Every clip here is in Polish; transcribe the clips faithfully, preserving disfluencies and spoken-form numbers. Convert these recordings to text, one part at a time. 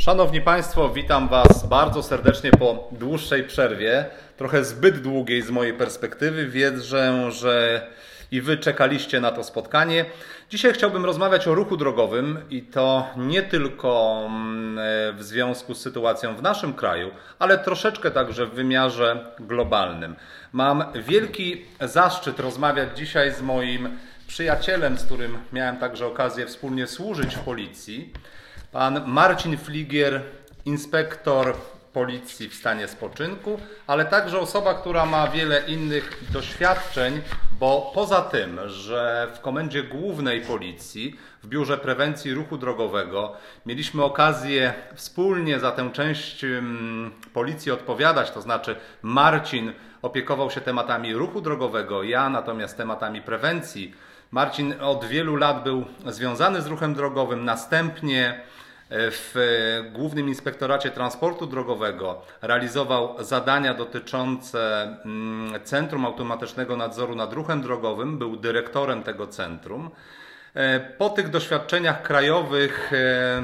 Szanowni Państwo, witam Was bardzo serdecznie po dłuższej przerwie, trochę zbyt długiej z mojej perspektywy. Wierzę, że i Wy czekaliście na to spotkanie. Dzisiaj chciałbym rozmawiać o ruchu drogowym i to nie tylko w związku z sytuacją w naszym kraju, ale troszeczkę także w wymiarze globalnym. Mam wielki zaszczyt rozmawiać dzisiaj z moim przyjacielem, z którym miałem także okazję wspólnie służyć w policji. Pan Marcin Fligier, inspektor policji w stanie spoczynku, ale także osoba, która ma wiele innych doświadczeń, bo poza tym, że w Komendzie Głównej Policji, w Biurze Prewencji Ruchu Drogowego mieliśmy okazję wspólnie za tę część policji odpowiadać, to znaczy Marcin opiekował się tematami ruchu drogowego, ja natomiast tematami prewencji. Marcin od wielu lat był związany z ruchem drogowym, następnie w Głównym Inspektoracie Transportu Drogowego realizował zadania dotyczące Centrum Automatycznego Nadzoru nad Ruchem Drogowym, był dyrektorem tego centrum. Po tych doświadczeniach krajowych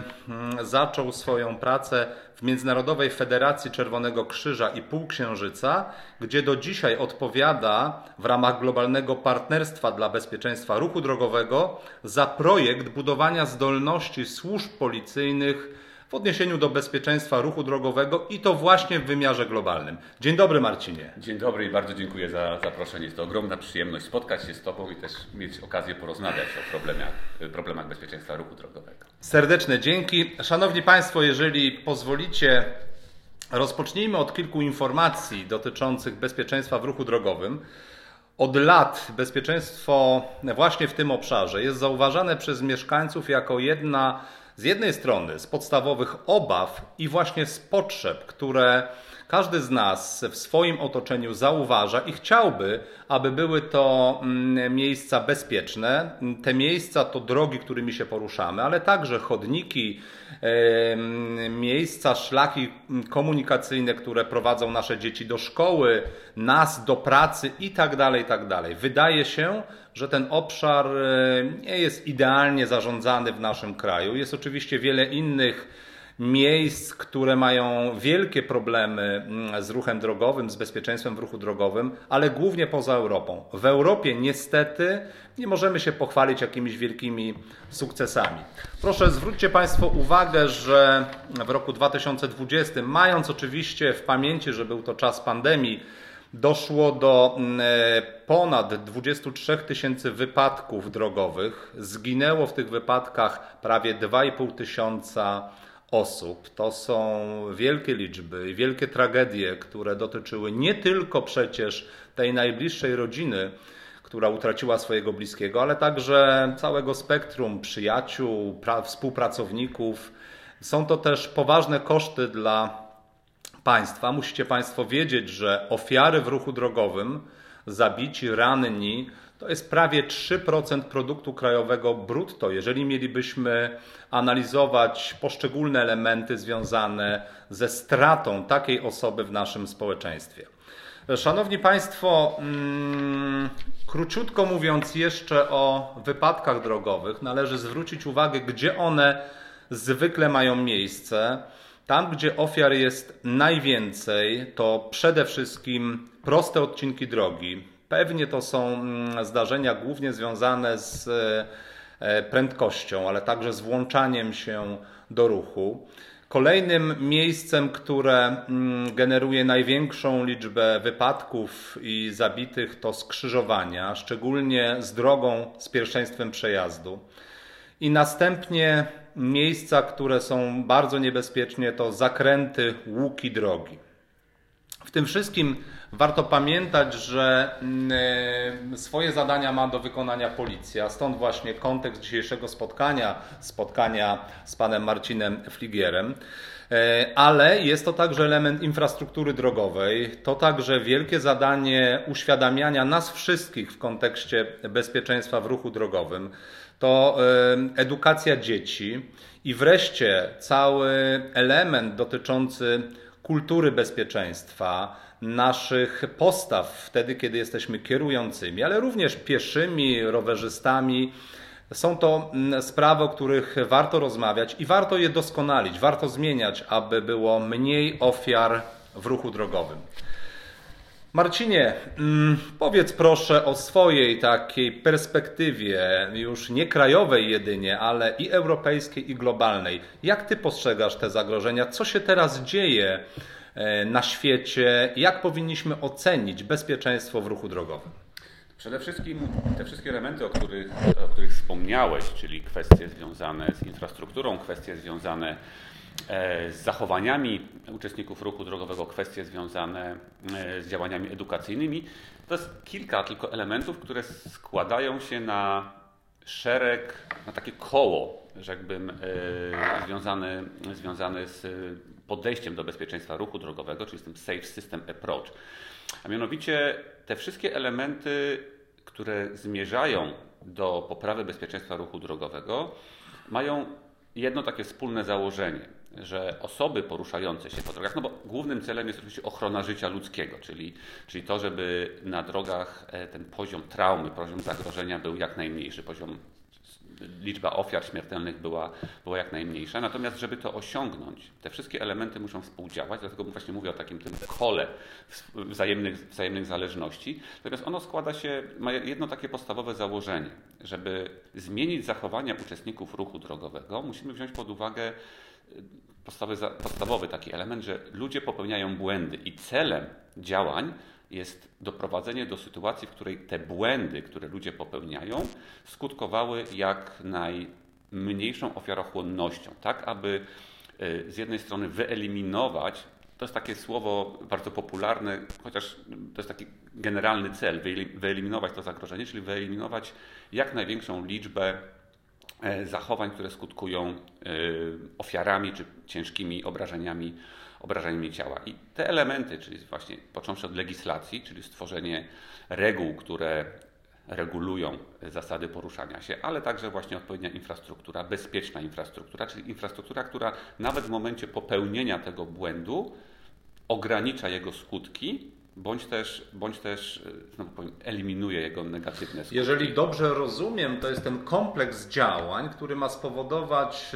zaczął swoją pracę w Międzynarodowej Federacji Czerwonego Krzyża i Półksiężyca, gdzie do dzisiaj odpowiada w ramach globalnego partnerstwa dla bezpieczeństwa ruchu drogowego za projekt budowania zdolności służb policyjnych w odniesieniu do bezpieczeństwa ruchu drogowego i to właśnie w wymiarze globalnym. Dzień dobry, Marcinie. Dzień dobry i bardzo dziękuję za zaproszenie. Jest to ogromna przyjemność spotkać się z Tobą i też mieć okazję porozmawiać o problemach, problemach bezpieczeństwa ruchu drogowego. Serdeczne dzięki. Szanowni Państwo, jeżeli pozwolicie, rozpocznijmy od kilku informacji dotyczących bezpieczeństwa w ruchu drogowym. Od lat bezpieczeństwo właśnie w tym obszarze jest zauważane przez mieszkańców jako jedna z jednej strony z podstawowych obaw i właśnie z potrzeb, które każdy z nas w swoim otoczeniu zauważa i chciałby, aby były to miejsca bezpieczne. Te miejsca to drogi, którymi się poruszamy, ale także chodniki, miejsca, szlaki komunikacyjne, które prowadzą nasze dzieci do szkoły, nas do pracy i tak dalej, i tak dalej. Wydaje się, że ten obszar nie jest idealnie zarządzany w naszym kraju. Jest oczywiście wiele innych miejsc, które mają wielkie problemy z ruchem drogowym, z bezpieczeństwem w ruchu drogowym, ale głównie poza Europą. W Europie niestety nie możemy się pochwalić jakimiś wielkimi sukcesami. Proszę, zwróćcie Państwo uwagę, że w roku dwa tysiące dwudziestym, mając oczywiście w pamięci, że był to czas pandemii, doszło do ponad dwudziestu trzech tysięcy wypadków drogowych. Zginęło w tych wypadkach prawie dwa i pół tysiąca osób. To są wielkie liczby i wielkie tragedie, które dotyczyły nie tylko przecież tej najbliższej rodziny, która utraciła swojego bliskiego, ale także całego spektrum przyjaciół, współpracowników. Są to też poważne koszty dla państwa. Musicie Państwo wiedzieć, że ofiary w ruchu drogowym, zabici, ranni, to jest prawie trzy procent produktu krajowego brutto. Jeżeli mielibyśmy analizować poszczególne elementy związane ze stratą takiej osoby w naszym społeczeństwie. Szanowni Państwo, hmm, króciutko mówiąc jeszcze o wypadkach drogowych, należy zwrócić uwagę, gdzie one zwykle mają miejsce. Tam, gdzie ofiar jest najwięcej, to przede wszystkim proste odcinki drogi. Pewnie to są zdarzenia głównie związane z prędkością, ale także z włączaniem się do ruchu. Kolejnym miejscem, które generuje największą liczbę wypadków i zabitych, to skrzyżowania, szczególnie z drogą z pierwszeństwem przejazdu. I następnie miejsca, które są bardzo niebezpieczne, to zakręty, łuki drogi. W tym wszystkim warto pamiętać, że swoje zadania ma do wykonania policja, stąd właśnie kontekst dzisiejszego spotkania, spotkania z panem Marcinem Fligierem. Ale jest to także element infrastruktury drogowej, to także wielkie zadanie uświadamiania nas wszystkich w kontekście bezpieczeństwa w ruchu drogowym. To edukacja dzieci i wreszcie cały element dotyczący kultury bezpieczeństwa, naszych postaw wtedy, kiedy jesteśmy kierującymi, ale również pieszymi, rowerzystami, Są to sprawy, o których warto rozmawiać i warto je doskonalić, warto zmieniać, aby było mniej ofiar w ruchu drogowym. Marcinie, powiedz proszę o swojej takiej perspektywie, już nie krajowej jedynie, ale i europejskiej, i globalnej. Jak ty postrzegasz te zagrożenia? Co się teraz dzieje na świecie? Jak powinniśmy ocenić bezpieczeństwo w ruchu drogowym? Przede wszystkim te wszystkie elementy, o których, o których wspomniałeś, czyli kwestie związane z infrastrukturą, kwestie związane z zachowaniami uczestników ruchu drogowego, kwestie związane z działaniami edukacyjnymi. To jest kilka tylko elementów, które składają się na szereg, na takie koło, rzekłbym, związane, związane z podejściem do bezpieczeństwa ruchu drogowego, czyli z tym Safe System Approach. A mianowicie te wszystkie elementy, które zmierzają do poprawy bezpieczeństwa ruchu drogowego, mają jedno takie wspólne założenie, że osoby poruszające się po drogach, no bo głównym celem jest oczywiście ochrona życia ludzkiego, czyli, czyli to, żeby na drogach ten poziom traumy, poziom zagrożenia był jak najmniejszy, poziom, liczba ofiar śmiertelnych była, była jak najmniejsza. Natomiast żeby to osiągnąć, te wszystkie elementy muszą współdziałać, dlatego właśnie mówię o takim tym kole wzajemnych, wzajemnych zależności. Natomiast ono składa się, ma jedno takie podstawowe założenie, żeby zmienić zachowania uczestników ruchu drogowego, musimy wziąć pod uwagę podstawowy, podstawowy taki element, że ludzie popełniają błędy i celem działań jest doprowadzenie do sytuacji, w której te błędy, które ludzie popełniają, skutkowały jak najmniejszą ofiarochłonnością, tak aby z jednej strony wyeliminować, to jest takie słowo bardzo popularne, chociaż to jest taki generalny cel, wyeliminować to zagrożenie, czyli wyeliminować jak największą liczbę zachowań, które skutkują ofiarami czy ciężkimi obrażeniami, obrażeniami ciała. I te elementy, czyli właśnie począwszy od legislacji, czyli stworzenie reguł, które regulują zasady poruszania się, ale także właśnie odpowiednia infrastruktura, bezpieczna infrastruktura, czyli infrastruktura, która nawet w momencie popełnienia tego błędu ogranicza jego skutki, bądź też, bądź też znowu powiem, eliminuje jego negatywne skutki. Jeżeli dobrze rozumiem, to jest ten kompleks działań, który ma spowodować,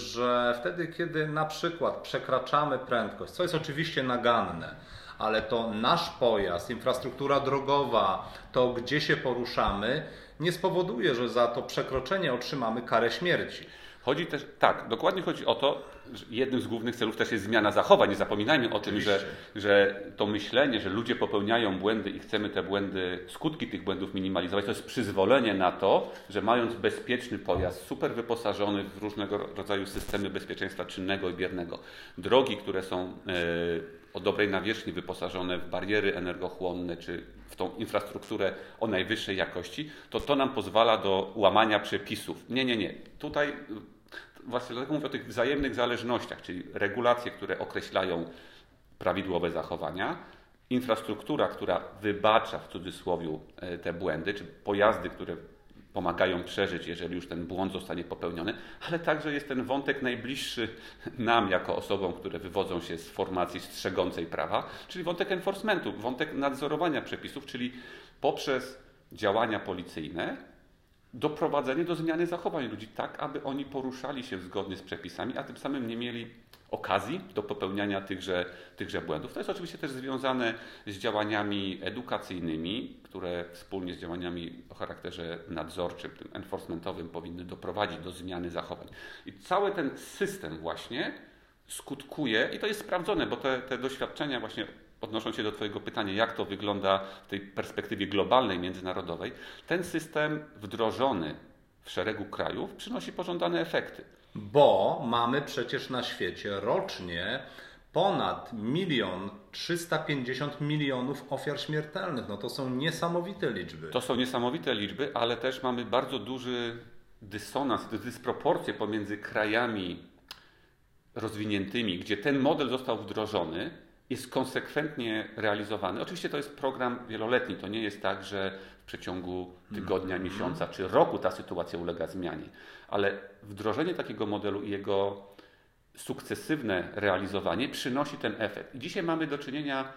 że wtedy, kiedy na przykład przekraczamy prędkość, co jest oczywiście naganne, ale to nasz pojazd, infrastruktura drogowa, to gdzie się poruszamy, nie spowoduje, że za to przekroczenie otrzymamy karę śmierci. Chodzi też, tak, dokładnie chodzi o to, że jednym z głównych celów też jest zmiana zachowań. Nie zapominajmy o tym, że, że to myślenie, że ludzie popełniają błędy i chcemy te błędy, skutki tych błędów minimalizować, to jest przyzwolenie na to, że mając bezpieczny pojazd, super wyposażony w różnego rodzaju systemy bezpieczeństwa czynnego i biernego, drogi, które są yy, o dobrej nawierzchni wyposażone w bariery energochłonne, czy w tą infrastrukturę o najwyższej jakości, to to nam pozwala do łamania przepisów. Nie, nie, nie. Tutaj właśnie dlatego mówię o tych wzajemnych zależnościach, czyli regulacje, które określają prawidłowe zachowania, infrastruktura, która wybacza w cudzysłowie te błędy, czy pojazdy, które pomagają przeżyć, jeżeli już ten błąd zostanie popełniony, ale także jest ten wątek najbliższy nam jako osobom, które wywodzą się z formacji strzegącej prawa, czyli wątek enforcementu, wątek nadzorowania przepisów, czyli poprzez działania policyjne doprowadzenie do zmiany zachowań ludzi tak, aby oni poruszali się zgodnie z przepisami, a tym samym nie mieli okazji do popełniania tychże, tychże błędów. To jest oczywiście też związane z działaniami edukacyjnymi, które wspólnie z działaniami o charakterze nadzorczym, tym enforcementowym powinny doprowadzić do zmiany zachowań. I cały ten system właśnie skutkuje, i to jest sprawdzone, bo te, te doświadczenia właśnie odnosząc się do Twojego pytania, jak to wygląda w tej perspektywie globalnej, międzynarodowej, ten system wdrożony w szeregu krajów przynosi pożądane efekty. Bo mamy przecież na świecie rocznie ponad milion trzysta pięćdziesiąt milionów ofiar śmiertelnych. No to są niesamowite liczby. To są niesamowite liczby, ale też mamy bardzo duży dysonans, dysproporcje pomiędzy krajami rozwiniętymi, gdzie ten model został wdrożony, jest konsekwentnie realizowany. Oczywiście to jest program wieloletni. To nie jest tak, że w przeciągu tygodnia, miesiąca czy roku ta sytuacja ulega zmianie. Ale wdrożenie takiego modelu i jego sukcesywne realizowanie przynosi ten efekt. I dzisiaj mamy do czynienia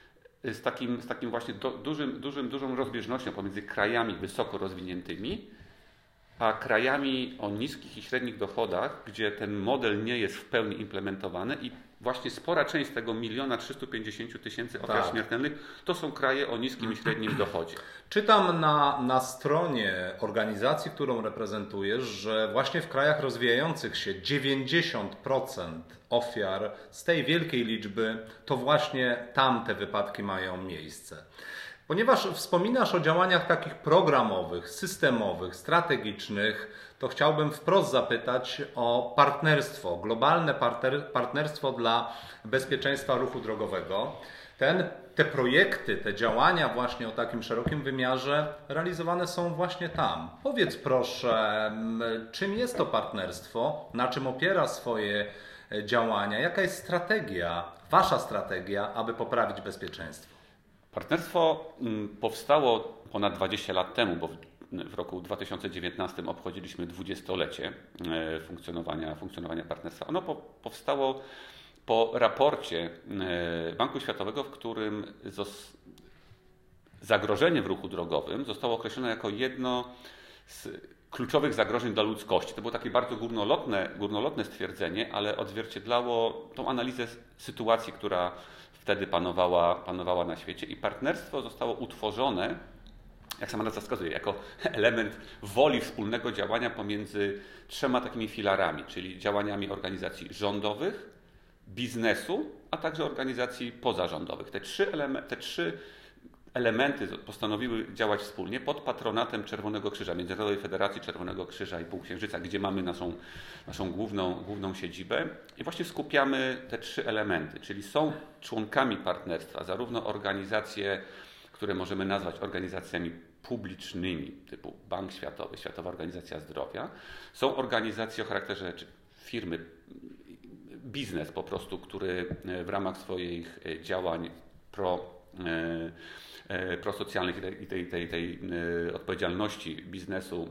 z takim, z takim właśnie do, dużym, dużym, dużą rozbieżnością pomiędzy krajami wysoko rozwiniętymi a krajami o niskich i średnich dochodach, gdzie ten model nie jest w pełni implementowany i właśnie spora część z tego miliona trzystu pięćdziesięciu tysięcy ofiar tak. śmiertelnych to są kraje o niskim i średnim dochodzie. Czytam na, na stronie organizacji, którą reprezentujesz, że właśnie w krajach rozwijających się dziewięćdziesiąt procent ofiar z tej wielkiej liczby to właśnie tam te wypadki mają miejsce. Ponieważ wspominasz o działaniach takich programowych, systemowych, strategicznych, to chciałbym wprost zapytać o partnerstwo, globalne partner, partnerstwo dla bezpieczeństwa ruchu drogowego. Ten, te projekty, te działania właśnie o takim szerokim wymiarze realizowane są właśnie tam. Powiedz proszę, czym jest to partnerstwo, na czym opiera swoje działania, jaka jest strategia, wasza strategia, aby poprawić bezpieczeństwo? Partnerstwo powstało ponad dwadzieścia lat temu, bo w roku dwa tysiące dziewiętnastym obchodziliśmy dwudziestolecie funkcjonowania, funkcjonowania partnerstwa. Ono po, powstało po raporcie Banku Światowego, w którym zagrożenie w ruchu drogowym zostało określone jako jedno z kluczowych zagrożeń dla ludzkości. To było takie bardzo górnolotne, górnolotne stwierdzenie, ale odzwierciedlało tą analizę sytuacji, która wtedy panowała, panowała na świecie i partnerstwo zostało utworzone, jak sama nazwa wskazuje, jako element woli wspólnego działania pomiędzy trzema takimi filarami, czyli działaniami organizacji rządowych, biznesu, a także organizacji pozarządowych. Te trzy, eleme- te trzy elementy postanowiły działać wspólnie pod patronatem Czerwonego Krzyża, Międzynarodowej Federacji Czerwonego Krzyża i Półksiężyca, gdzie mamy naszą, naszą główną, główną siedzibę. I właśnie skupiamy te trzy elementy, czyli są członkami partnerstwa zarówno organizacje, które możemy nazwać organizacjami publicznymi, typu Bank Światowy, Światowa Organizacja Zdrowia. Są organizacje o charakterze czy firmy, biznes po prostu, który w ramach swoich działań pro prosocjalnych i tej, tej, tej odpowiedzialności biznesu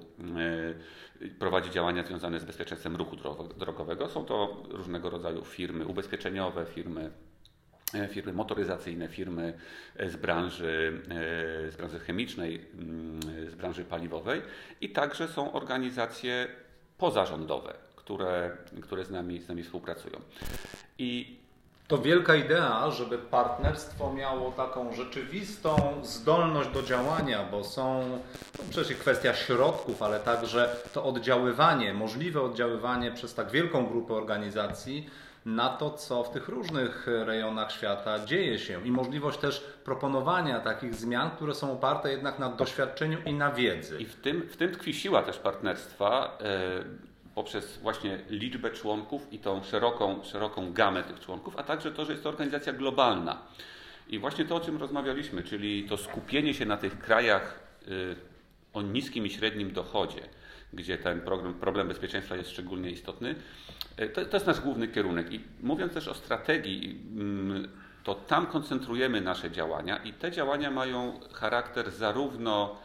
prowadzi działania związane z bezpieczeństwem ruchu drogowego. Są to różnego rodzaju firmy ubezpieczeniowe, firmy, firmy motoryzacyjne, firmy z branży, z branży chemicznej, z branży paliwowej i także są organizacje pozarządowe, które, które z nami, z nami współpracują. I to wielka idea, żeby partnerstwo miało taką rzeczywistą zdolność do działania, bo są no przecież kwestia środków, ale także to oddziaływanie, możliwe oddziaływanie przez tak wielką grupę organizacji na to, co w tych różnych rejonach świata dzieje się i możliwość też proponowania takich zmian, które są oparte jednak na doświadczeniu i na wiedzy. I w tym, w tym tkwi siła też partnerstwa. Yy... poprzez właśnie liczbę członków i tą szeroką, szeroką gamę tych członków, a także to, że jest to organizacja globalna. I właśnie to, o czym rozmawialiśmy, czyli to skupienie się na tych krajach y, o niskim i średnim dochodzie, gdzie ten problem, problem bezpieczeństwa jest szczególnie istotny, y, to, to jest nasz główny kierunek. I mówiąc też o strategii, y, to tam koncentrujemy nasze działania i te działania mają charakter zarówno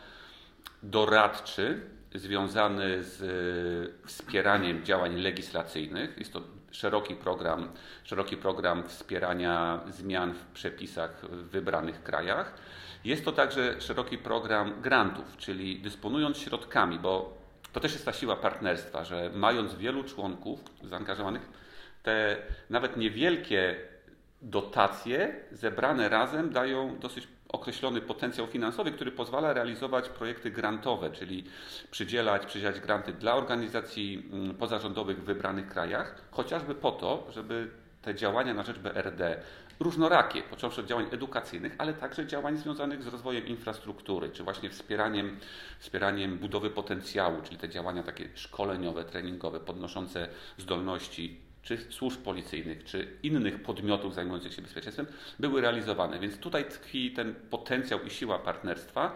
doradczy, związany z wspieraniem działań legislacyjnych. Jest to szeroki program, szeroki program wspierania zmian w przepisach w wybranych krajach. Jest to także szeroki program grantów, czyli dysponując środkami, bo to też jest ta siła partnerstwa, że mając wielu członków zaangażowanych, te nawet niewielkie dotacje zebrane razem dają dosyć określony potencjał finansowy, który pozwala realizować projekty grantowe, czyli przydzielać, przydzielać granty dla organizacji pozarządowych w wybranych krajach, chociażby po to, żeby te działania na rzecz B R D, różnorakie, począwszy od działań edukacyjnych, ale także działań związanych z rozwojem infrastruktury, czy właśnie wspieraniem, wspieraniem budowy potencjału, czyli te działania takie szkoleniowe, treningowe, podnoszące zdolności czy służb policyjnych, czy innych podmiotów zajmujących się bezpieczeństwem, były realizowane. Więc tutaj tkwi ten potencjał i siła partnerstwa.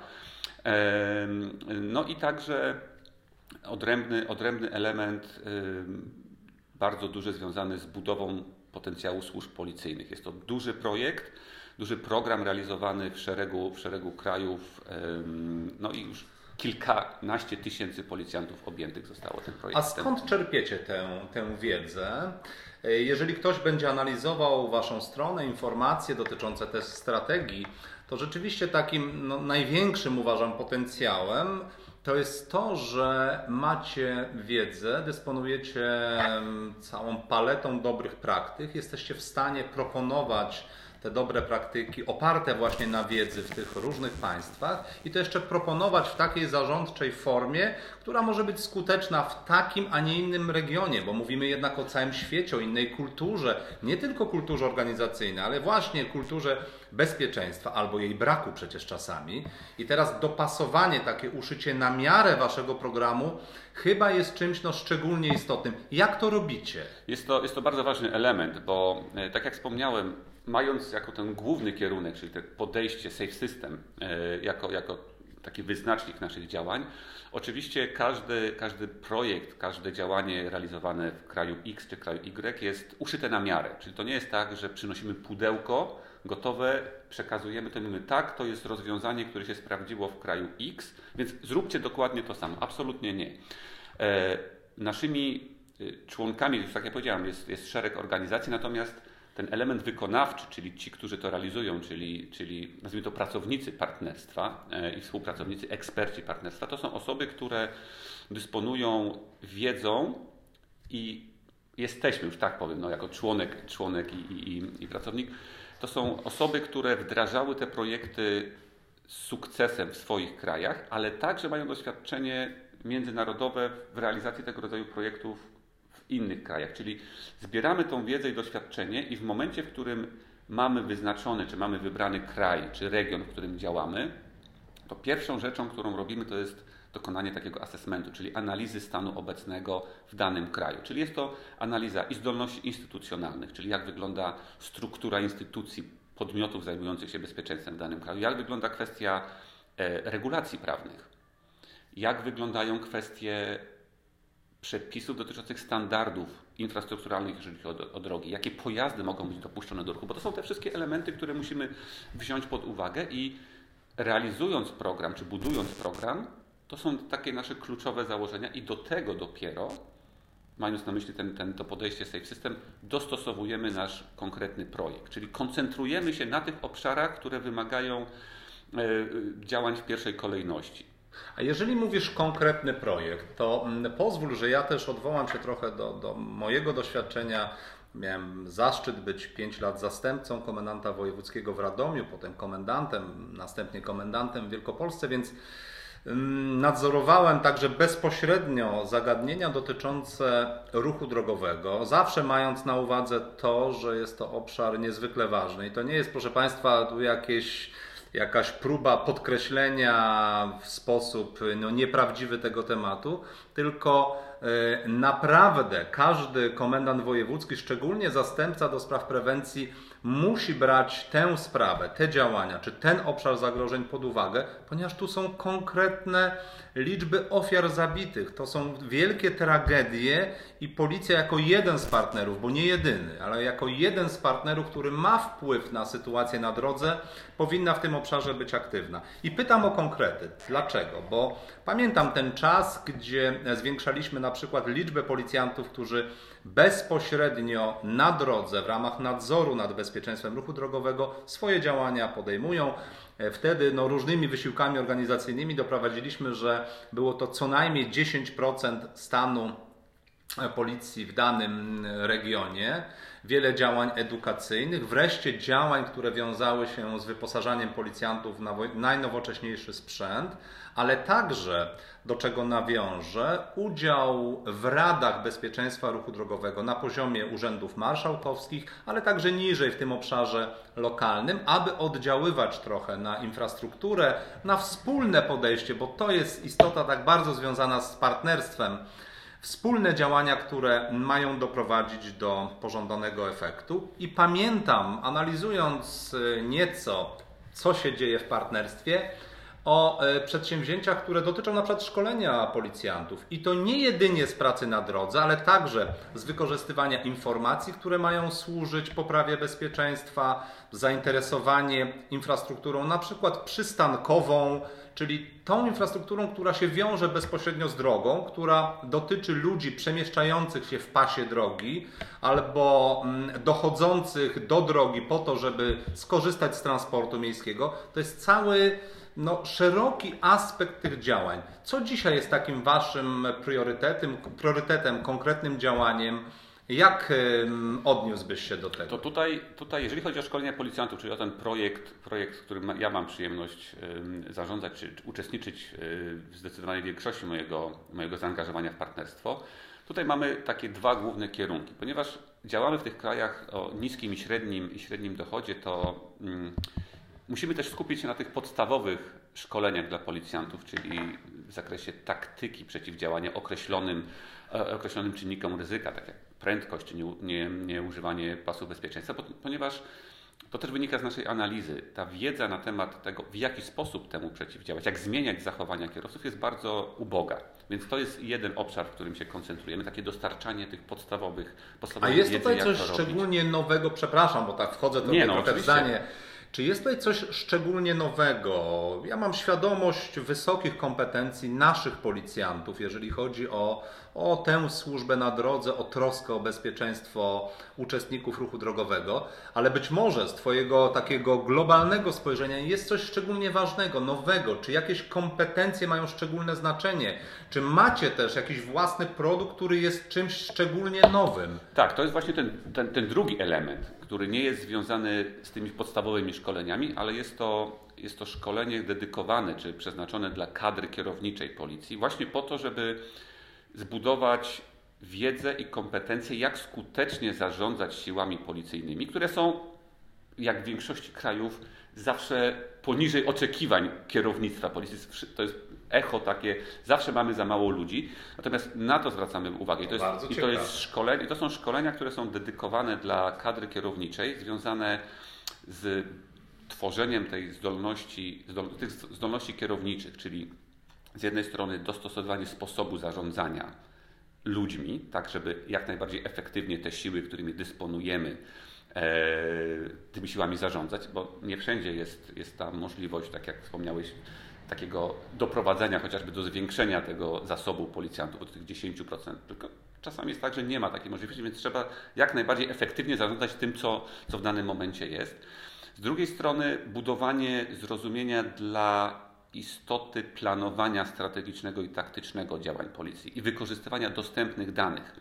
No i także odrębny, odrębny element bardzo duży związany z budową potencjału służb policyjnych. Jest to duży projekt, duży program realizowany w szeregu, w szeregu krajów, no i już kilkanaście tysięcy policjantów objętych zostało tym projektem. A skąd czerpiecie tę, tę wiedzę? Jeżeli ktoś będzie analizował waszą stronę, informacje dotyczące też strategii, to rzeczywiście takim no, największym uważam potencjałem to jest to, że macie wiedzę, dysponujecie całą paletą dobrych praktyk, jesteście w stanie proponować te dobre praktyki oparte właśnie na wiedzy w tych różnych państwach i to jeszcze proponować w takiej zarządczej formie, która może być skuteczna w takim, a nie innym regionie, bo mówimy jednak o całym świecie, o innej kulturze, nie tylko kulturze organizacyjnej, ale właśnie kulturze bezpieczeństwa albo jej braku przecież czasami. I teraz dopasowanie, takie uszycie na miarę waszego programu chyba jest czymś no, szczególnie istotnym. Jak to robicie? Jest to, jest to bardzo ważny element, bo tak jak wspomniałem, mając jako ten główny kierunek, czyli to podejście Safe System jako, jako taki wyznacznik naszych działań, oczywiście każdy, każdy projekt, każde działanie realizowane w kraju X czy kraju Y jest uszyte na miarę. Czyli to nie jest tak, że przynosimy pudełko gotowe, przekazujemy to i mówimy tak, to jest rozwiązanie, które się sprawdziło w kraju X, więc zróbcie dokładnie to samo. Absolutnie nie. E, naszymi członkami, już tak jak powiedziałem, jest, jest szereg organizacji, natomiast ten element wykonawczy, czyli ci, którzy to realizują, czyli, czyli nazwijmy to pracownicy partnerstwa i współpracownicy, eksperci partnerstwa, to są osoby, które dysponują wiedzą i jesteśmy, już tak powiem, no, jako członek, członek i, i, i pracownik, to są osoby, które wdrażały te projekty z sukcesem w swoich krajach, ale także mają doświadczenie międzynarodowe w realizacji tego rodzaju projektów w innych krajach, czyli zbieramy tą wiedzę i doświadczenie i w momencie, w którym mamy wyznaczony, czy mamy wybrany kraj, czy region, w którym działamy, to pierwszą rzeczą, którą robimy, to jest dokonanie takiego assessmentu, czyli analizy stanu obecnego w danym kraju. Czyli jest to analiza i zdolności instytucjonalnych, czyli jak wygląda struktura instytucji, podmiotów zajmujących się bezpieczeństwem w danym kraju, jak wygląda kwestia e, regulacji prawnych, jak wyglądają kwestie przepisów dotyczących standardów infrastrukturalnych, jeżeli chodzi o, o drogi, jakie pojazdy mogą być dopuszczone do ruchu, bo to są te wszystkie elementy, które musimy wziąć pod uwagę i realizując program, czy budując program, to są takie nasze kluczowe założenia i do tego dopiero, mając na myśli ten, ten, to podejście Safe System, dostosowujemy nasz konkretny projekt, czyli koncentrujemy się na tych obszarach, które wymagają y, działań w pierwszej kolejności. A jeżeli mówisz konkretny projekt, to pozwól, że ja też odwołam się trochę do, do mojego doświadczenia. Miałem zaszczyt być pięć lat zastępcą komendanta wojewódzkiego w Radomiu, potem komendantem, następnie komendantem w Wielkopolsce, więc nadzorowałem także bezpośrednio zagadnienia dotyczące ruchu drogowego, zawsze mając na uwadze to, że jest to obszar niezwykle ważny. I to nie jest, proszę Państwa, tu jakieś... jakaś próba podkreślenia w sposób no, nieprawdziwy tego tematu, tylko y, naprawdę każdy komendant wojewódzki, szczególnie zastępca do spraw prewencji, musi brać tę sprawę, te działania, czy ten obszar zagrożeń pod uwagę, ponieważ tu są konkretne liczby ofiar zabitych. To są wielkie tragedie i policja jako jeden z partnerów, bo nie jedyny, ale jako jeden z partnerów, który ma wpływ na sytuację na drodze, powinna w tym obszarze być aktywna. I pytam o konkrety. Dlaczego? Bo pamiętam ten czas, gdzie zwiększaliśmy na przykład liczbę policjantów, którzy bezpośrednio na drodze w ramach nadzoru nad bezpieczeństwem ruchu drogowego swoje działania podejmują. Wtedy no, różnymi wysiłkami organizacyjnymi doprowadziliśmy, że było to co najmniej dziesięć procent stanu policji w danym regionie, wiele działań edukacyjnych, wreszcie działań, które wiązały się z wyposażaniem policjantów na najnowocześniejszy sprzęt, ale także, do czego nawiążę, udział w radach bezpieczeństwa ruchu drogowego na poziomie urzędów marszałkowskich, ale także niżej w tym obszarze lokalnym, aby oddziaływać trochę na infrastrukturę, na wspólne podejście, bo to jest istota tak bardzo związana z partnerstwem. Wspólne działania, które mają doprowadzić do pożądanego efektu. I pamiętam, analizując nieco, co się dzieje w partnerstwie, o przedsięwzięciach, które dotyczą na przykład szkolenia policjantów. I to nie jedynie z pracy na drodze, ale także z wykorzystywania informacji, które mają służyć poprawie bezpieczeństwa, zainteresowanie infrastrukturą na przykład przystankową czyli tą infrastrukturą, która się wiąże bezpośrednio z drogą, która dotyczy ludzi przemieszczających się w pasie drogi albo dochodzących do drogi po to, żeby skorzystać z transportu miejskiego. To jest cały no, szeroki aspekt tych działań. Co dzisiaj jest takim waszym priorytetem, priorytetem, konkretnym działaniem? Jak odniósłbyś się do tego? To tutaj, tutaj, jeżeli chodzi o szkolenia policjantów, czyli o ten projekt, projekt, w którym ja mam przyjemność zarządzać, czy uczestniczyć w zdecydowanej większości mojego, mojego zaangażowania w partnerstwo, tutaj mamy takie dwa główne kierunki. Ponieważ działamy w tych krajach o niskim i średnim, i średnim dochodzie, to um, musimy też skupić się na tych podstawowych szkoleniach dla policjantów, czyli w zakresie taktyki przeciwdziałania określonym, określonym czynnikom ryzyka, tak jak prędkość czy nieużywanie nie, nie pasów bezpieczeństwa, ponieważ to też wynika z naszej analizy. Ta wiedza na temat tego, w jaki sposób temu przeciwdziałać, jak zmieniać zachowania kierowców, jest bardzo uboga. Więc to jest jeden obszar, w którym się koncentrujemy, takie dostarczanie tych podstawowych, podstawowych A jest wiedzy, tutaj jak coś to szczególnie robić. nowego, przepraszam, bo tak wchodzę to Nie, no, trochę w zdanie. Czy jest tutaj coś szczególnie nowego? Ja mam świadomość wysokich kompetencji naszych policjantów, jeżeli chodzi o, o tę służbę na drodze, o troskę o bezpieczeństwo uczestników ruchu drogowego, ale być może z Twojego takiego globalnego spojrzenia jest coś szczególnie ważnego, nowego. Czy jakieś kompetencje mają szczególne znaczenie? Czy macie też jakiś własny produkt, który jest czymś szczególnie nowym? Tak, to jest właśnie ten, ten, ten drugi element, który nie jest związany z tymi podstawowymi szkoleniami, ale jest to, jest to szkolenie dedykowane czy przeznaczone dla kadry kierowniczej policji właśnie po to, żeby zbudować wiedzę i kompetencje, jak skutecznie zarządzać siłami policyjnymi, które są, jak w większości krajów, zawsze poniżej oczekiwań kierownictwa policji. To jest echo takie, zawsze mamy za mało ludzi, natomiast na to zwracamy uwagę. I to, jest, i to, jest szkolenie, i to są szkolenia, które są dedykowane dla kadry kierowniczej, związane z tworzeniem tej zdolności, zdol, tych zdolności kierowniczych, czyli z jednej strony dostosowanie sposobu zarządzania ludźmi, tak żeby jak najbardziej efektywnie te siły, którymi dysponujemy, e, tymi siłami zarządzać, bo nie wszędzie jest, jest ta możliwość, tak jak wspomniałeś, takiego doprowadzenia chociażby do zwiększenia tego zasobu policjantów do tych dziesięć procent. Tylko czasami jest tak, że nie ma takiej możliwości, więc trzeba jak najbardziej efektywnie zarządzać tym, co, co w danym momencie jest. Z drugiej strony budowanie zrozumienia dla istoty planowania strategicznego i taktycznego działań policji i wykorzystywania dostępnych danych.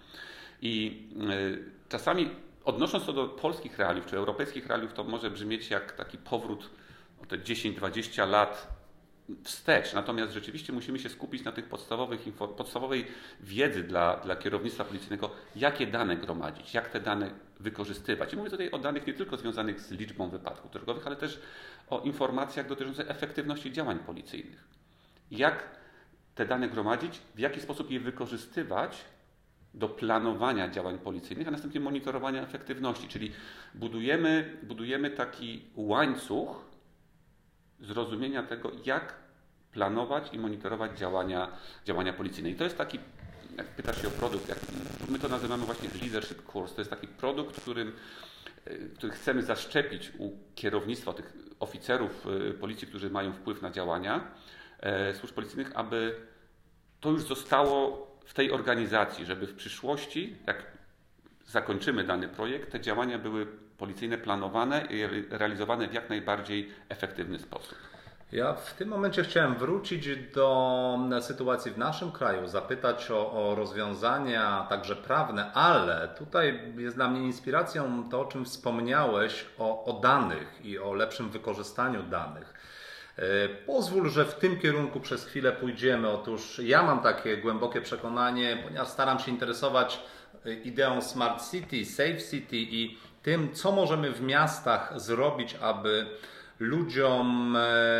I y, czasami odnosząc to do polskich realiów czy europejskich realiów, to może brzmieć jak taki powrót o te dziesięć dwadzieścia lat wstecz. Natomiast rzeczywiście musimy się skupić na tych podstawowych, podstawowej wiedzy dla, dla kierownictwa policyjnego, jakie dane gromadzić, jak te dane wykorzystywać. I mówię tutaj o danych nie tylko związanych z liczbą wypadków drogowych, ale też o informacjach dotyczących efektywności działań policyjnych. Jak te dane gromadzić, w jaki sposób je wykorzystywać do planowania działań policyjnych, a następnie monitorowania efektywności. Czyli budujemy, budujemy taki łańcuch zrozumienia tego, jak planować i monitorować działania, działania policyjne. I to jest taki, jak pytasz się o produkt, jak my to nazywamy właśnie leadership course, to jest taki produkt, którym, który chcemy zaszczepić u kierownictwa, tych oficerów policji, którzy mają wpływ na działania służb policyjnych, aby to już zostało w tej organizacji, żeby w przyszłości, jak zakończymy dany projekt, te działania były policyjne planowane i realizowane w jak najbardziej efektywny sposób. Ja w tym momencie chciałem wrócić do sytuacji w naszym kraju, zapytać o, o rozwiązania także prawne, ale tutaj jest dla mnie inspiracją to, o czym wspomniałeś, o, o danych i o lepszym wykorzystaniu danych. Pozwól, że w tym kierunku przez chwilę pójdziemy. Otóż ja mam takie głębokie przekonanie, ponieważ staram się interesować ideą Smart City, Safe City i tym, co możemy w miastach zrobić, aby ludziom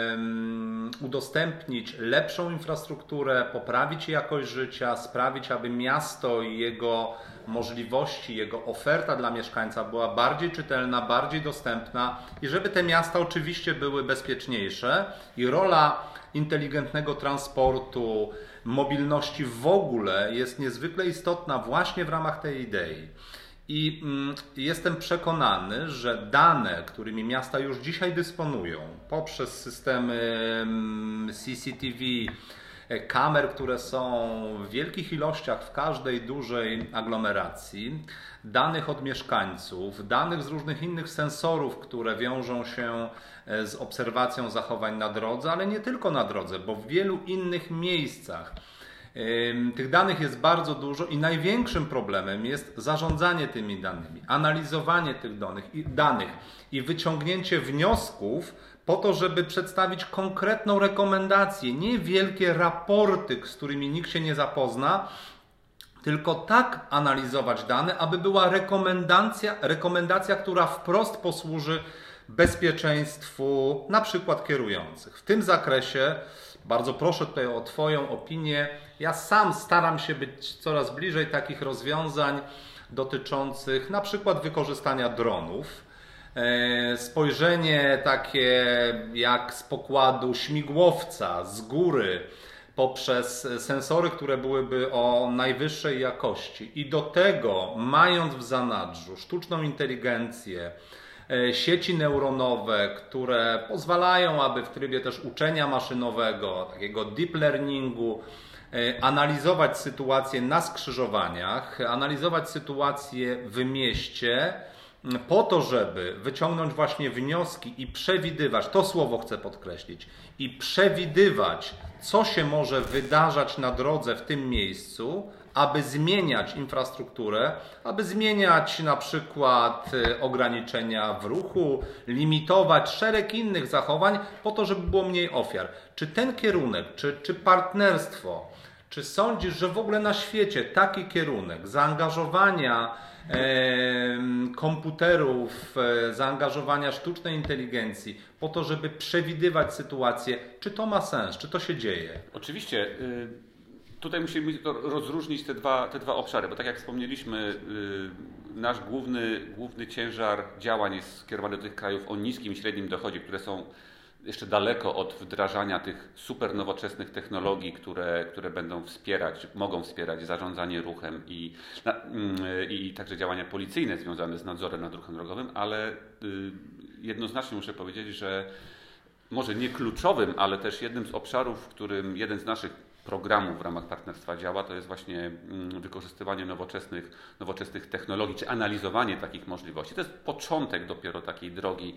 udostępnić lepszą infrastrukturę, poprawić jakość życia, sprawić, aby miasto i jego możliwości, jego oferta dla mieszkańca była bardziej czytelna, bardziej dostępna i żeby te miasta oczywiście były bezpieczniejsze i rola inteligentnego transportu, mobilności w ogóle jest niezwykle istotna właśnie w ramach tej idei. I mm, jestem przekonany, że dane, którymi miasta już dzisiaj dysponują poprzez systemy C C T V, kamer, które są w wielkich ilościach w każdej dużej aglomeracji, danych od mieszkańców, danych z różnych innych sensorów, które wiążą się z obserwacją zachowań na drodze, ale nie tylko na drodze, bo w wielu innych miejscach. Tych danych jest bardzo dużo i największym problemem jest zarządzanie tymi danymi, analizowanie tych danych i wyciągnięcie wniosków po to, żeby przedstawić konkretną rekomendację, nie wielkie raporty, z którymi nikt się nie zapozna, tylko tak analizować dane, aby była rekomendacja, rekomendacja, która wprost posłuży bezpieczeństwu na przykład kierujących. W tym zakresie bardzo proszę tutaj o Twoją opinię. Ja sam staram się być coraz bliżej takich rozwiązań dotyczących na przykład wykorzystania dronów. Spojrzenie takie jak z pokładu śmigłowca, z góry, poprzez sensory, które byłyby o najwyższej jakości i do tego, mając w zanadrzu sztuczną inteligencję, sieci neuronowe, które pozwalają, aby w trybie też uczenia maszynowego, takiego deep learningu, analizować sytuacje na skrzyżowaniach, analizować sytuacje w mieście, po to, żeby wyciągnąć właśnie wnioski i przewidywać, to słowo chcę podkreślić, i przewidywać, co się może wydarzać na drodze w tym miejscu, aby zmieniać infrastrukturę, aby zmieniać na przykład ograniczenia w ruchu, limitować szereg innych zachowań po to, żeby było mniej ofiar. Czy ten kierunek, czy, czy partnerstwo, czy sądzisz, że w ogóle na świecie taki kierunek zaangażowania komputerów, zaangażowania sztucznej inteligencji po to, żeby przewidywać sytuację, czy to ma sens, czy to się dzieje? Oczywiście. Tutaj musimy rozróżnić te dwa, te dwa obszary, bo tak jak wspomnieliśmy, nasz główny, główny ciężar działań jest skierowany do tych krajów o niskim i średnim dochodzie, które są jeszcze daleko od wdrażania tych super nowoczesnych technologii, które, które będą wspierać, mogą wspierać zarządzanie ruchem i, i także działania policyjne związane z nadzorem nad ruchem drogowym, ale jednoznacznie muszę powiedzieć, że może nie kluczowym, ale też jednym z obszarów, w którym jeden z naszych programów w ramach partnerstwa działa, to jest właśnie wykorzystywanie nowoczesnych, nowoczesnych technologii, czy analizowanie takich możliwości. To jest początek dopiero takiej drogi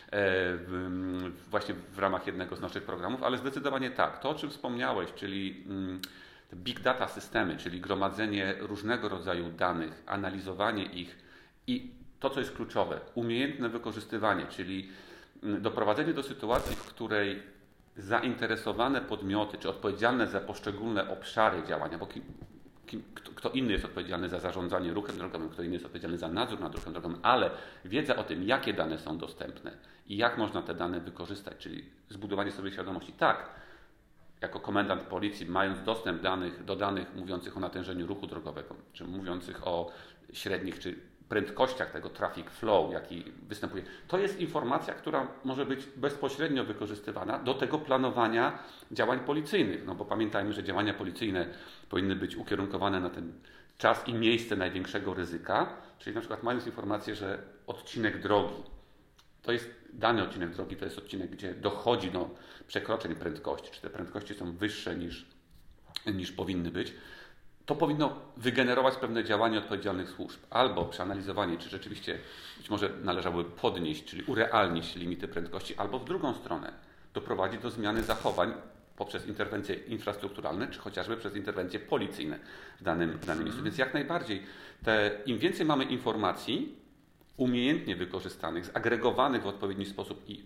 w, właśnie w ramach jednego z naszych programów, ale zdecydowanie tak, to o czym wspomniałeś, czyli te big data systemy, czyli gromadzenie różnego rodzaju danych, analizowanie ich i to, co jest kluczowe, umiejętne wykorzystywanie, czyli doprowadzenie do sytuacji, w której zainteresowane podmioty, czy odpowiedzialne za poszczególne obszary działania, bo kim, kim, kto, kto inny jest odpowiedzialny za zarządzanie ruchem drogowym, kto inny jest odpowiedzialny za nadzór nad ruchem drogowym, ale wiedza o tym, jakie dane są dostępne i jak można te dane wykorzystać, czyli zbudowanie sobie świadomości. Tak, jako komendant policji, mając dostęp danych, do danych mówiących o natężeniu ruchu drogowego, czy mówiących o średnich, czy prędkościach tego traffic flow, jaki występuje. To jest informacja, która może być bezpośrednio wykorzystywana do tego planowania działań policyjnych. No bo pamiętajmy, że działania policyjne powinny być ukierunkowane na ten czas i miejsce największego ryzyka, czyli na przykład mając informację, że odcinek drogi, to jest dany odcinek drogi, to jest odcinek, gdzie dochodzi do przekroczeń prędkości, czy te prędkości są wyższe niż, niż powinny być, to powinno wygenerować pewne działania odpowiedzialnych służb. Albo przeanalizowanie, czy rzeczywiście być może należałoby podnieść, czyli urealnić limity prędkości, albo w drugą stronę doprowadzić do zmiany zachowań poprzez interwencje infrastrukturalne, czy chociażby przez interwencje policyjne w danym, w danym miejscu. Więc jak najbardziej, te, im więcej mamy informacji umiejętnie wykorzystanych, zagregowanych w odpowiedni sposób i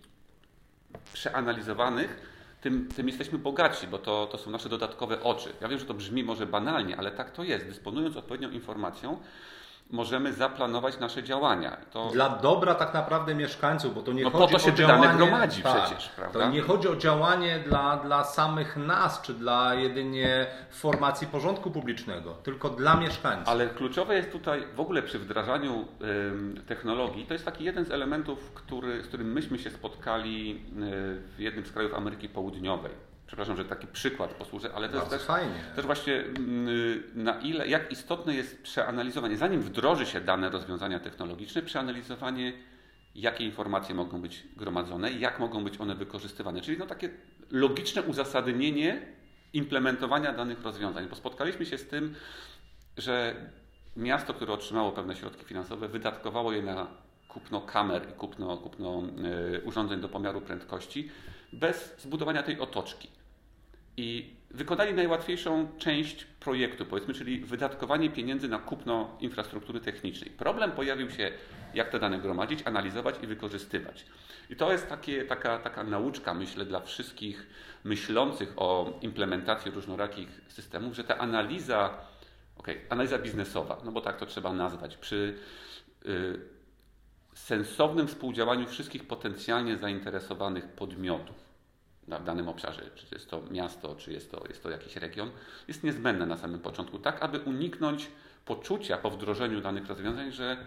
przeanalizowanych, Tym, tym jesteśmy bogatsi, bo to, to są nasze dodatkowe oczy. Ja wiem, że to brzmi może banalnie, ale tak to jest. Dysponując odpowiednią informacją, możemy zaplanować nasze działania. To... Dla dobra tak naprawdę mieszkańców, bo to nie no chodzi po to się o działanie... dane gromadzi tak, przecież, prawda? To nie chodzi o działanie dla, dla samych nas, czy dla jedynie formacji porządku publicznego, tylko dla mieszkańców. Ale kluczowe jest tutaj w ogóle przy wdrażaniu y, technologii, to jest taki jeden z elementów, który, z którym myśmy się spotkali y, w jednym z krajów Ameryki Południowej. przepraszam, że taki przykład posłużę, ale to jest też, fajnie. też właśnie na ile, jak istotne jest przeanalizowanie, zanim wdroży się dane rozwiązania technologiczne, przeanalizowanie, jakie informacje mogą być gromadzone i jak mogą być one wykorzystywane. Czyli no takie logiczne uzasadnienie implementowania danych rozwiązań, bo spotkaliśmy się z tym, że miasto, które otrzymało pewne środki finansowe, wydatkowało je na kupno kamer i kupno, kupno y, urządzeń do pomiaru prędkości bez zbudowania tej otoczki. I wykonali najłatwiejszą część projektu, powiedzmy, czyli wydatkowanie pieniędzy na kupno infrastruktury technicznej. Problem pojawił się, jak te dane gromadzić, analizować i wykorzystywać. I to jest takie, taka, taka nauczka, myślę, dla wszystkich myślących o implementacji różnorakich systemów, że ta analiza, okay, analiza biznesowa, no bo tak to trzeba nazwać, przy y, sensownym współdziałaniu wszystkich potencjalnie zainteresowanych podmiotów w danym obszarze, czy jest to miasto, czy jest to, jest to jakiś region, jest niezbędne na samym początku, tak aby uniknąć poczucia po wdrożeniu danych rozwiązań, że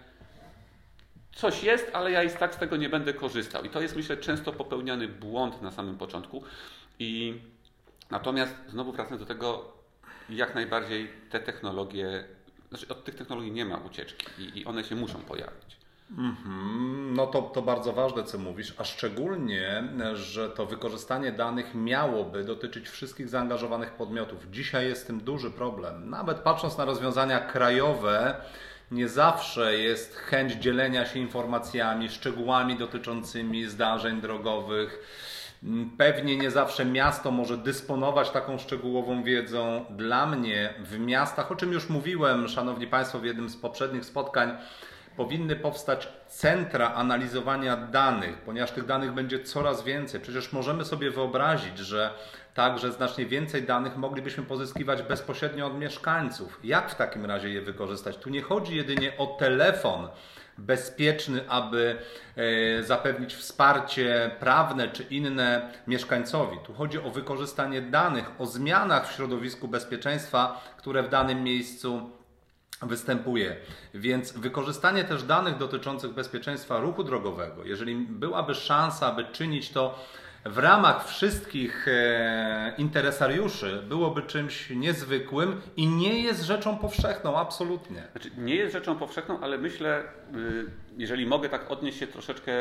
coś jest, ale ja i tak z tego nie będę korzystał. I to jest, myślę, często popełniany błąd na samym początku. I natomiast znowu wracam do tego, jak najbardziej te technologie, znaczy od tych technologii nie ma ucieczki i, i one się muszą pojawić. Mm-hmm. No to, to bardzo ważne, co mówisz, a szczególnie, że to wykorzystanie danych miałoby dotyczyć wszystkich zaangażowanych podmiotów. Dzisiaj jest z tym duży problem. Nawet patrząc na rozwiązania krajowe, nie zawsze jest chęć dzielenia się informacjami, szczegółami dotyczącymi zdarzeń drogowych. Pewnie nie zawsze miasto może dysponować taką szczegółową wiedzą. Dla mnie w miastach, o czym już mówiłem, szanowni Państwo, w jednym z poprzednich spotkań, powinny powstać centra analizowania danych, ponieważ tych danych będzie coraz więcej. Przecież możemy sobie wyobrazić, że także znacznie więcej danych moglibyśmy pozyskiwać bezpośrednio od mieszkańców. Jak w takim razie je wykorzystać? Tu nie chodzi jedynie o telefon bezpieczny, aby zapewnić wsparcie prawne czy inne mieszkańcowi. Tu chodzi o wykorzystanie danych, o zmianach w środowisku bezpieczeństwa, które w danym miejscu występuje. Więc wykorzystanie też danych dotyczących bezpieczeństwa ruchu drogowego, jeżeli byłaby szansa, aby czynić to w ramach wszystkich e, interesariuszy, byłoby czymś niezwykłym i nie jest rzeczą powszechną, absolutnie. Znaczy, nie jest rzeczą powszechną, ale myślę, jeżeli mogę tak odnieść się troszeczkę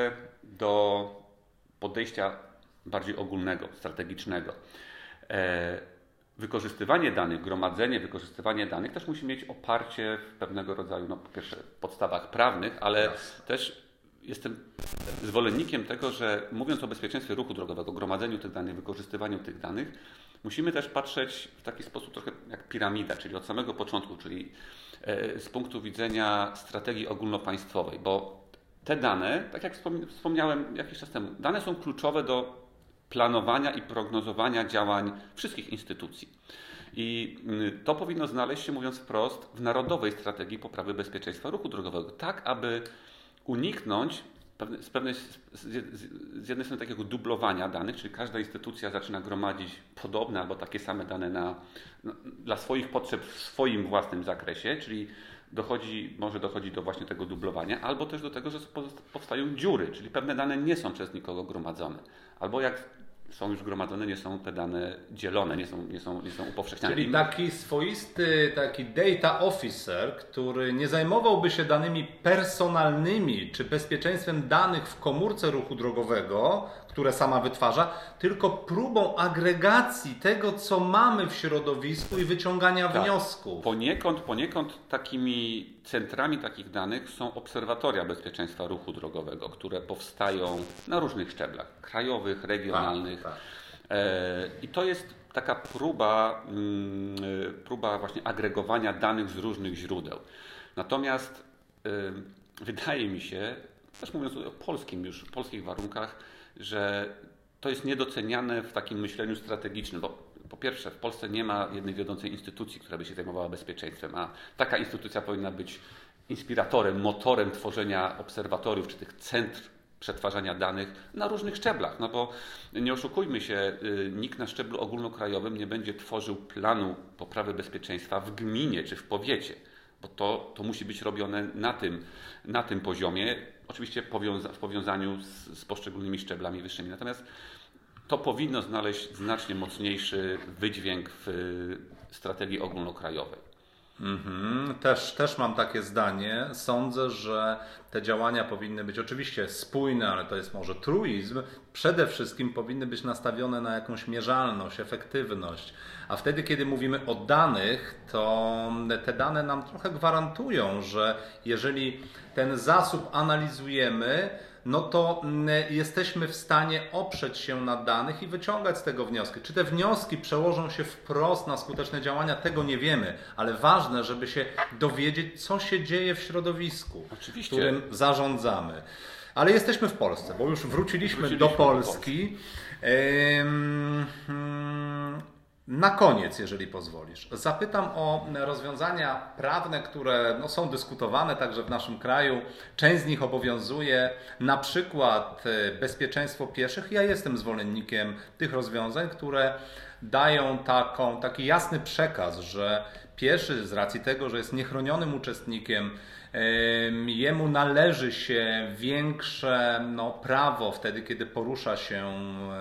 do podejścia bardziej ogólnego, strategicznego. E, Wykorzystywanie danych, gromadzenie, wykorzystywanie danych też musi mieć oparcie w pewnego rodzaju, no po pierwsze, podstawach prawnych, ale yes. też jestem zwolennikiem tego, że mówiąc o bezpieczeństwie ruchu drogowego, gromadzeniu tych danych, wykorzystywaniu tych danych, musimy też patrzeć w taki sposób trochę jak piramida, czyli od samego początku, czyli z punktu widzenia strategii ogólnopaństwowej, bo te dane, tak jak wspomniałem jakiś czas temu, dane są kluczowe do planowania i prognozowania działań wszystkich instytucji. I to powinno znaleźć się, mówiąc wprost, w Narodowej Strategii Poprawy Bezpieczeństwa Ruchu Drogowego, tak aby uniknąć z, pewnej, z jednej strony takiego dublowania danych, czyli każda instytucja zaczyna gromadzić podobne albo takie same dane na, no, dla swoich potrzeb w swoim własnym zakresie, czyli dochodzi, może dochodzi do właśnie tego dublowania, albo też do tego, że powstają dziury, czyli pewne dane nie są przez nikogo gromadzone, albo jak są już gromadzone, nie są te dane dzielone, nie są, nie są, nie są upowszechniane. Czyli taki swoisty taki data officer, który nie zajmowałby się danymi personalnymi czy bezpieczeństwem danych w komórce ruchu drogowego, które sama wytwarza, tylko próbą agregacji tego, co mamy w środowisku i wyciągania tak. wniosków. Poniekąd, poniekąd takimi centrami takich danych są obserwatoria bezpieczeństwa ruchu drogowego, które powstają na różnych szczeblach, krajowych, regionalnych. Tak, tak. I to jest taka próba, próba właśnie agregowania danych z różnych źródeł. Natomiast wydaje mi się, też mówiąc o polskim już, polskich warunkach, że to jest niedoceniane w takim myśleniu strategicznym, bo po pierwsze w Polsce nie ma jednej wiodącej instytucji, która by się zajmowała bezpieczeństwem, a taka instytucja powinna być inspiratorem, motorem tworzenia obserwatoriów czy tych centr przetwarzania danych na różnych szczeblach, no bo nie oszukujmy się, nikt na szczeblu ogólnokrajowym nie będzie tworzył planu poprawy bezpieczeństwa w gminie czy w powiecie, bo to, to musi być robione na tym, na tym poziomie, oczywiście powiąza- w powiązaniu z, z poszczególnymi szczeblami wyższymi. Natomiast to powinno znaleźć znacznie mocniejszy wydźwięk w strategii ogólnokrajowej. Mhm. Też, też mam takie zdanie. Sądzę, że te działania powinny być oczywiście spójne, ale to jest może truizm. Przede wszystkim powinny być nastawione na jakąś mierzalność, efektywność. A wtedy, kiedy mówimy o danych, to te dane nam trochę gwarantują, że jeżeli ten zasób analizujemy, no to jesteśmy w stanie oprzeć się na danych i wyciągać z tego wnioski. Czy te wnioski przełożą się wprost na skuteczne działania, tego nie wiemy, ale ważne, żeby się dowiedzieć, co się dzieje w środowisku, Oczywiście. którym zarządzamy. Ale jesteśmy w Polsce, bo już wróciliśmy, wróciliśmy do Polski. Do Polski. Na koniec, jeżeli pozwolisz, zapytam o rozwiązania prawne, które no, są dyskutowane także w naszym kraju. Część z nich obowiązuje, na przykład bezpieczeństwo pieszych. Ja jestem zwolennikiem tych rozwiązań, które dają taką, taki jasny przekaz, że pieszy z racji tego, że jest niechronionym uczestnikiem, jemu należy się większe no, prawo wtedy, kiedy porusza się,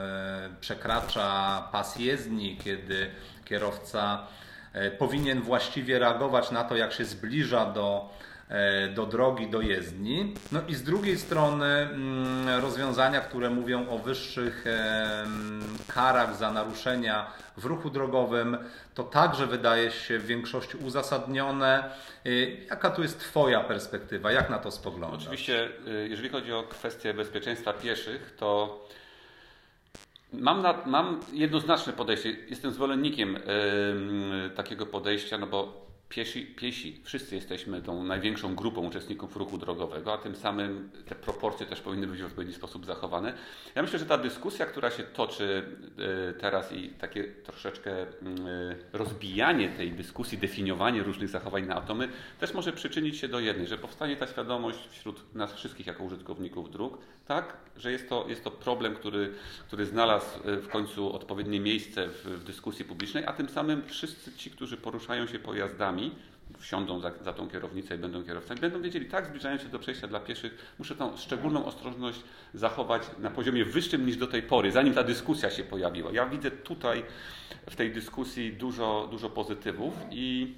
przekracza pas jezdni, kiedy kierowca powinien właściwie reagować na to, jak się zbliża do, do drogi, do jezdni. No i z drugiej strony rozwiązania, które mówią o wyższych karach za naruszenia w ruchu drogowym, to także wydaje się w większości uzasadnione. Jaka tu jest Twoja perspektywa? Jak na to spoglądasz? Oczywiście, jeżeli chodzi o kwestię bezpieczeństwa pieszych, to mam, na, mam jednoznaczne podejście. Jestem zwolennikiem yy, takiego podejścia, no bo Piesi, piesi, wszyscy jesteśmy tą największą grupą uczestników ruchu drogowego, a tym samym te proporcje też powinny być w odpowiedni sposób zachowane. Ja myślę, że ta dyskusja, która się toczy teraz i takie troszeczkę rozbijanie tej dyskusji, definiowanie różnych zachowań na atomy, też może przyczynić się do jednej, że powstanie ta świadomość wśród nas wszystkich jako użytkowników dróg, tak, że jest to, jest to problem, który, który znalazł w końcu odpowiednie miejsce w, w dyskusji publicznej, a tym samym wszyscy ci, którzy poruszają się pojazdami, wsiądą za, za tą kierownicę i będą kierowcami, będą wiedzieli, tak, zbliżając się do przejścia dla pieszych, muszę tą szczególną ostrożność zachować na poziomie wyższym niż do tej pory, zanim ta dyskusja się pojawiła. Ja widzę tutaj w tej dyskusji dużo, dużo pozytywów i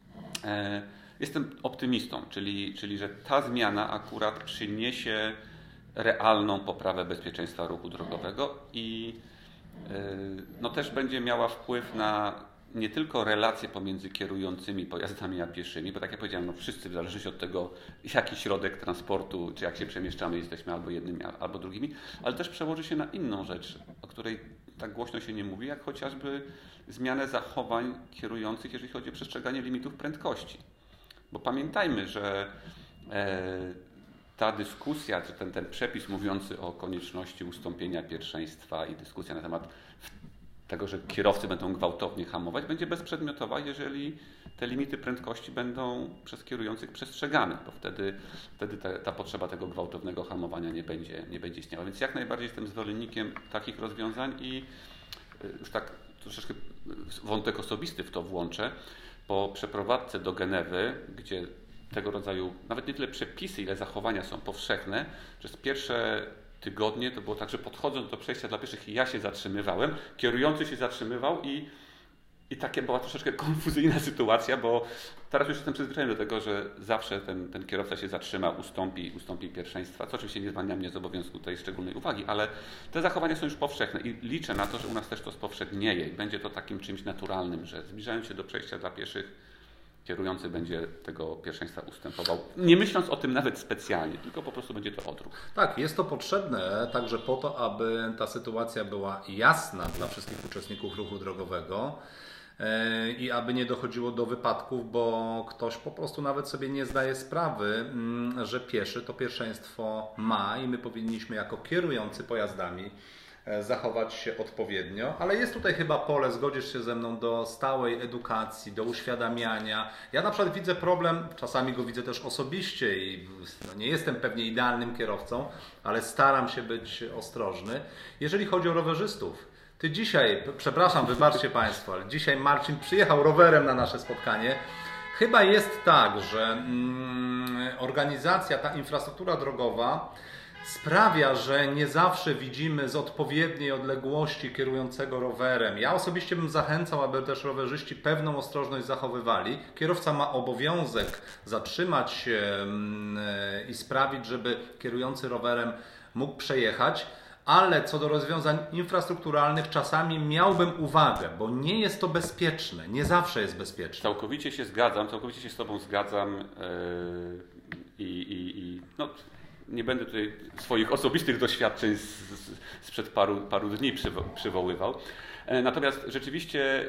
e, jestem optymistą, czyli, czyli że ta zmiana akurat przyniesie realną poprawę bezpieczeństwa ruchu drogowego i e, no, też będzie miała wpływ na nie tylko relacje pomiędzy kierującymi pojazdami a pieszymi, bo tak jak powiedziałem, no wszyscy w zależności od tego, jaki środek transportu, czy jak się przemieszczamy, jesteśmy albo jednymi, albo drugimi, ale też przełoży się na inną rzecz, o której tak głośno się nie mówi, jak chociażby zmianę zachowań kierujących, jeżeli chodzi o przestrzeganie limitów prędkości. Bo pamiętajmy, że e, ta dyskusja, czy ten, ten przepis mówiący o konieczności ustąpienia pierwszeństwa i dyskusja na temat tego, że kierowcy będą gwałtownie hamować, będzie bezprzedmiotowa, jeżeli te limity prędkości będą przez kierujących przestrzegane, bo wtedy, wtedy ta, ta potrzeba tego gwałtownego hamowania nie będzie, nie będzie istniała. Więc jak najbardziej jestem zwolennikiem takich rozwiązań i już tak troszeczkę wątek osobisty w to włączę. Po przeprowadzce do Genewy, gdzie tego rodzaju nawet nie tyle przepisy, ile zachowania są powszechne, przez pierwsze tygodnie to było tak, że podchodząc do przejścia dla pieszych ja się zatrzymywałem, kierujący się zatrzymywał i, i takie była troszeczkę konfuzyjna sytuacja, bo teraz już jestem przyzwyczajony do tego, że zawsze ten, ten kierowca się zatrzyma, ustąpi, ustąpi pierwszeństwa, co oczywiście nie zwalnia mnie z obowiązku tej szczególnej uwagi, ale te zachowania są już powszechne i liczę na to, że u nas też to spowszednieje i będzie to takim czymś naturalnym, że zbliżając się do przejścia dla pieszych kierujący będzie tego pierwszeństwa ustępował, nie myśląc o tym nawet specjalnie, tylko po prostu będzie to odruch. Tak, jest to potrzebne także po to, aby ta sytuacja była jasna dla wszystkich uczestników ruchu drogowego i aby nie dochodziło do wypadków, bo ktoś po prostu nawet sobie nie zdaje sprawy, że pieszy to pierwszeństwo ma i my powinniśmy jako kierujący pojazdami zachować się odpowiednio, ale jest tutaj chyba pole, zgodzisz się ze mną, do stałej edukacji, do uświadamiania. Ja na przykład widzę problem, czasami go widzę też osobiście i no nie jestem pewnie idealnym kierowcą, ale staram się być ostrożny. Jeżeli chodzi o rowerzystów, ty dzisiaj, przepraszam, wybaczcie Państwo, ale dzisiaj Marcin przyjechał rowerem na nasze spotkanie. Chyba jest tak, że mm, organizacja, ta infrastruktura drogowa sprawia, że nie zawsze widzimy z odpowiedniej odległości kierującego rowerem. Ja osobiście bym zachęcał, aby też rowerzyści pewną ostrożność zachowywali. Kierowca ma obowiązek zatrzymać się i sprawić, żeby kierujący rowerem mógł przejechać. Ale co do rozwiązań infrastrukturalnych czasami miałbym uwagę, bo nie jest to bezpieczne, nie zawsze jest bezpieczne. Całkowicie się zgadzam, całkowicie się z Tobą zgadzam i, i, i no, nie będę tutaj swoich osobistych doświadczeń z, z, sprzed paru, paru dni przywo, przywoływał. Natomiast rzeczywiście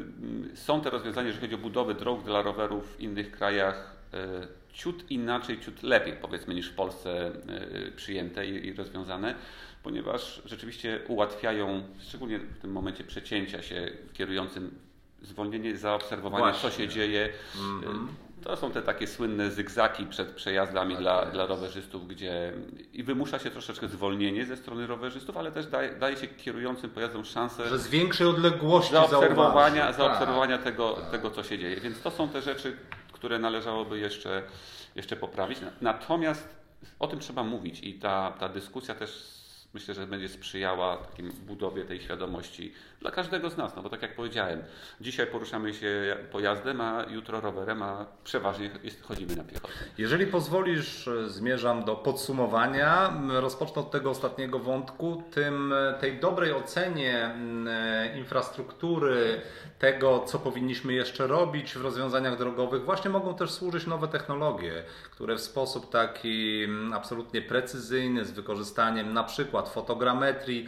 są te rozwiązania, jeżeli chodzi o budowę dróg dla rowerów w innych krajach, ciut inaczej, ciut lepiej powiedzmy niż w Polsce przyjęte i, i rozwiązane, ponieważ rzeczywiście ułatwiają, szczególnie w tym momencie przecięcia się kierującym, zwolnienie, zaobserwowanie, Właśnie. co się dzieje. Mm-hmm. To są te takie słynne zygzaki przed przejazdami tak dla, dla rowerzystów, gdzie i wymusza się troszeczkę zwolnienie ze strony rowerzystów, ale też daje, daje się kierującym pojazdom szansę, że z większej odległości zaobserwowania, tak. zaobserwowania tego, tego, co się dzieje. Więc to są te rzeczy, które należałoby jeszcze, jeszcze poprawić. Natomiast o tym trzeba mówić i ta, ta dyskusja też myślę, że będzie sprzyjała takim budowie tej świadomości dla każdego z nas, no bo tak jak powiedziałem, dzisiaj poruszamy się pojazdem, a jutro rowerem, a przeważnie jest, chodzimy na piechotę. Jeżeli pozwolisz, zmierzam do podsumowania. Rozpocznę od tego ostatniego wątku, tym tej dobrej ocenie infrastruktury, tego, co powinniśmy jeszcze robić w rozwiązaniach drogowych. Właśnie mogą też służyć nowe technologie, które w sposób taki absolutnie precyzyjny, z wykorzystaniem na przykład fotogrametrii,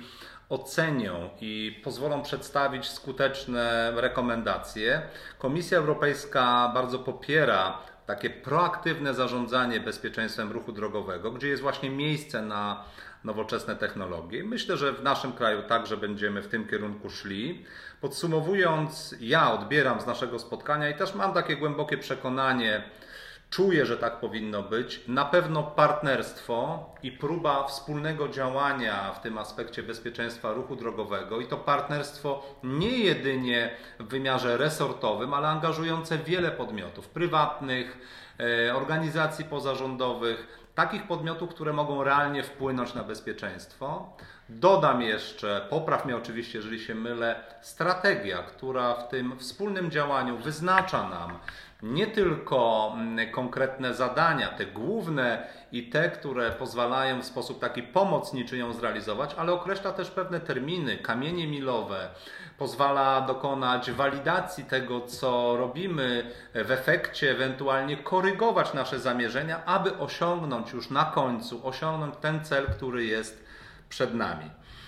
ocenią i pozwolą przedstawić skuteczne rekomendacje. Komisja Europejska bardzo popiera takie proaktywne zarządzanie bezpieczeństwem ruchu drogowego, gdzie jest właśnie miejsce na nowoczesne technologie. Myślę, że w naszym kraju także będziemy w tym kierunku szli. Podsumowując, ja odbieram z naszego spotkania i też mam takie głębokie przekonanie, czuję, że tak powinno być, na pewno partnerstwo i próba wspólnego działania w tym aspekcie bezpieczeństwa ruchu drogowego i to partnerstwo nie jedynie w wymiarze resortowym, ale angażujące wiele podmiotów prywatnych, organizacji pozarządowych, takich podmiotów, które mogą realnie wpłynąć na bezpieczeństwo. Dodam jeszcze, popraw mnie oczywiście, jeżeli się mylę, strategia, która w tym wspólnym działaniu wyznacza nam nie tylko konkretne zadania, te główne i te, które pozwalają w sposób taki pomocniczy ją zrealizować, ale określa też pewne terminy, kamienie milowe, pozwala dokonać walidacji tego, co robimy w efekcie, ewentualnie korygować nasze zamierzenia, aby osiągnąć już na końcu, osiągnąć ten cel, który jest przed nami.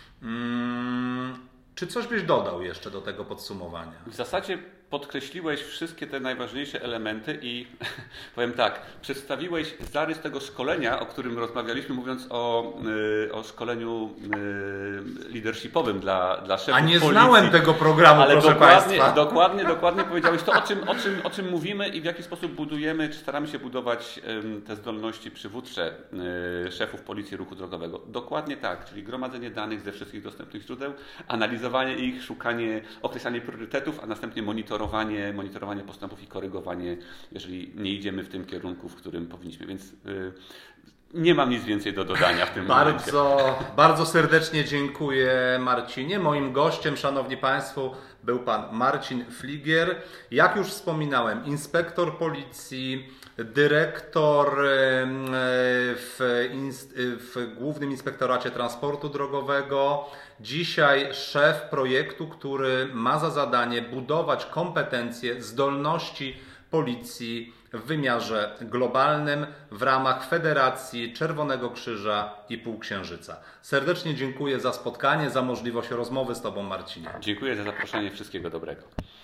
Hmm, czy coś byś dodał jeszcze do tego podsumowania? W zasadzie podkreśliłeś wszystkie te najważniejsze elementy i powiem tak, przedstawiłeś zarys tego szkolenia, o którym rozmawialiśmy, mówiąc o, o szkoleniu leadershipowym dla, dla szefów policji. A nie policji. Znałem tego programu, ale proszę dokładnie, Państwa. Dokładnie, dokładnie powiedziałeś to, o czym, o, czym, o czym mówimy i w jaki sposób budujemy, czy staramy się budować te zdolności przywódcze szefów Policji Ruchu Drogowego. Dokładnie tak, czyli gromadzenie danych ze wszystkich dostępnych źródeł, analizowanie ich, szukanie, określanie priorytetów, a następnie monitorowanie Monitorowanie, monitorowanie postępów i korygowanie, jeżeli nie idziemy w tym kierunku, w którym powinniśmy. Więc yy, nie mam nic więcej do dodania w tym bardzo, momencie. Bardzo serdecznie dziękuję, Marcinie. Moim gościem, szanowni państwo, był pan Marcin Fligier. Jak już wspominałem, inspektor policji, dyrektor w, w Głównym Inspektoracie Transportu Drogowego. Dzisiaj szef projektu, który ma za zadanie budować kompetencje, zdolności policji w wymiarze globalnym w ramach Federacji Czerwonego Krzyża i Półksiężyca. Serdecznie dziękuję za spotkanie, za możliwość rozmowy z Tobą, Marcinie. Dziękuję za zaproszenie. Wszystkiego dobrego.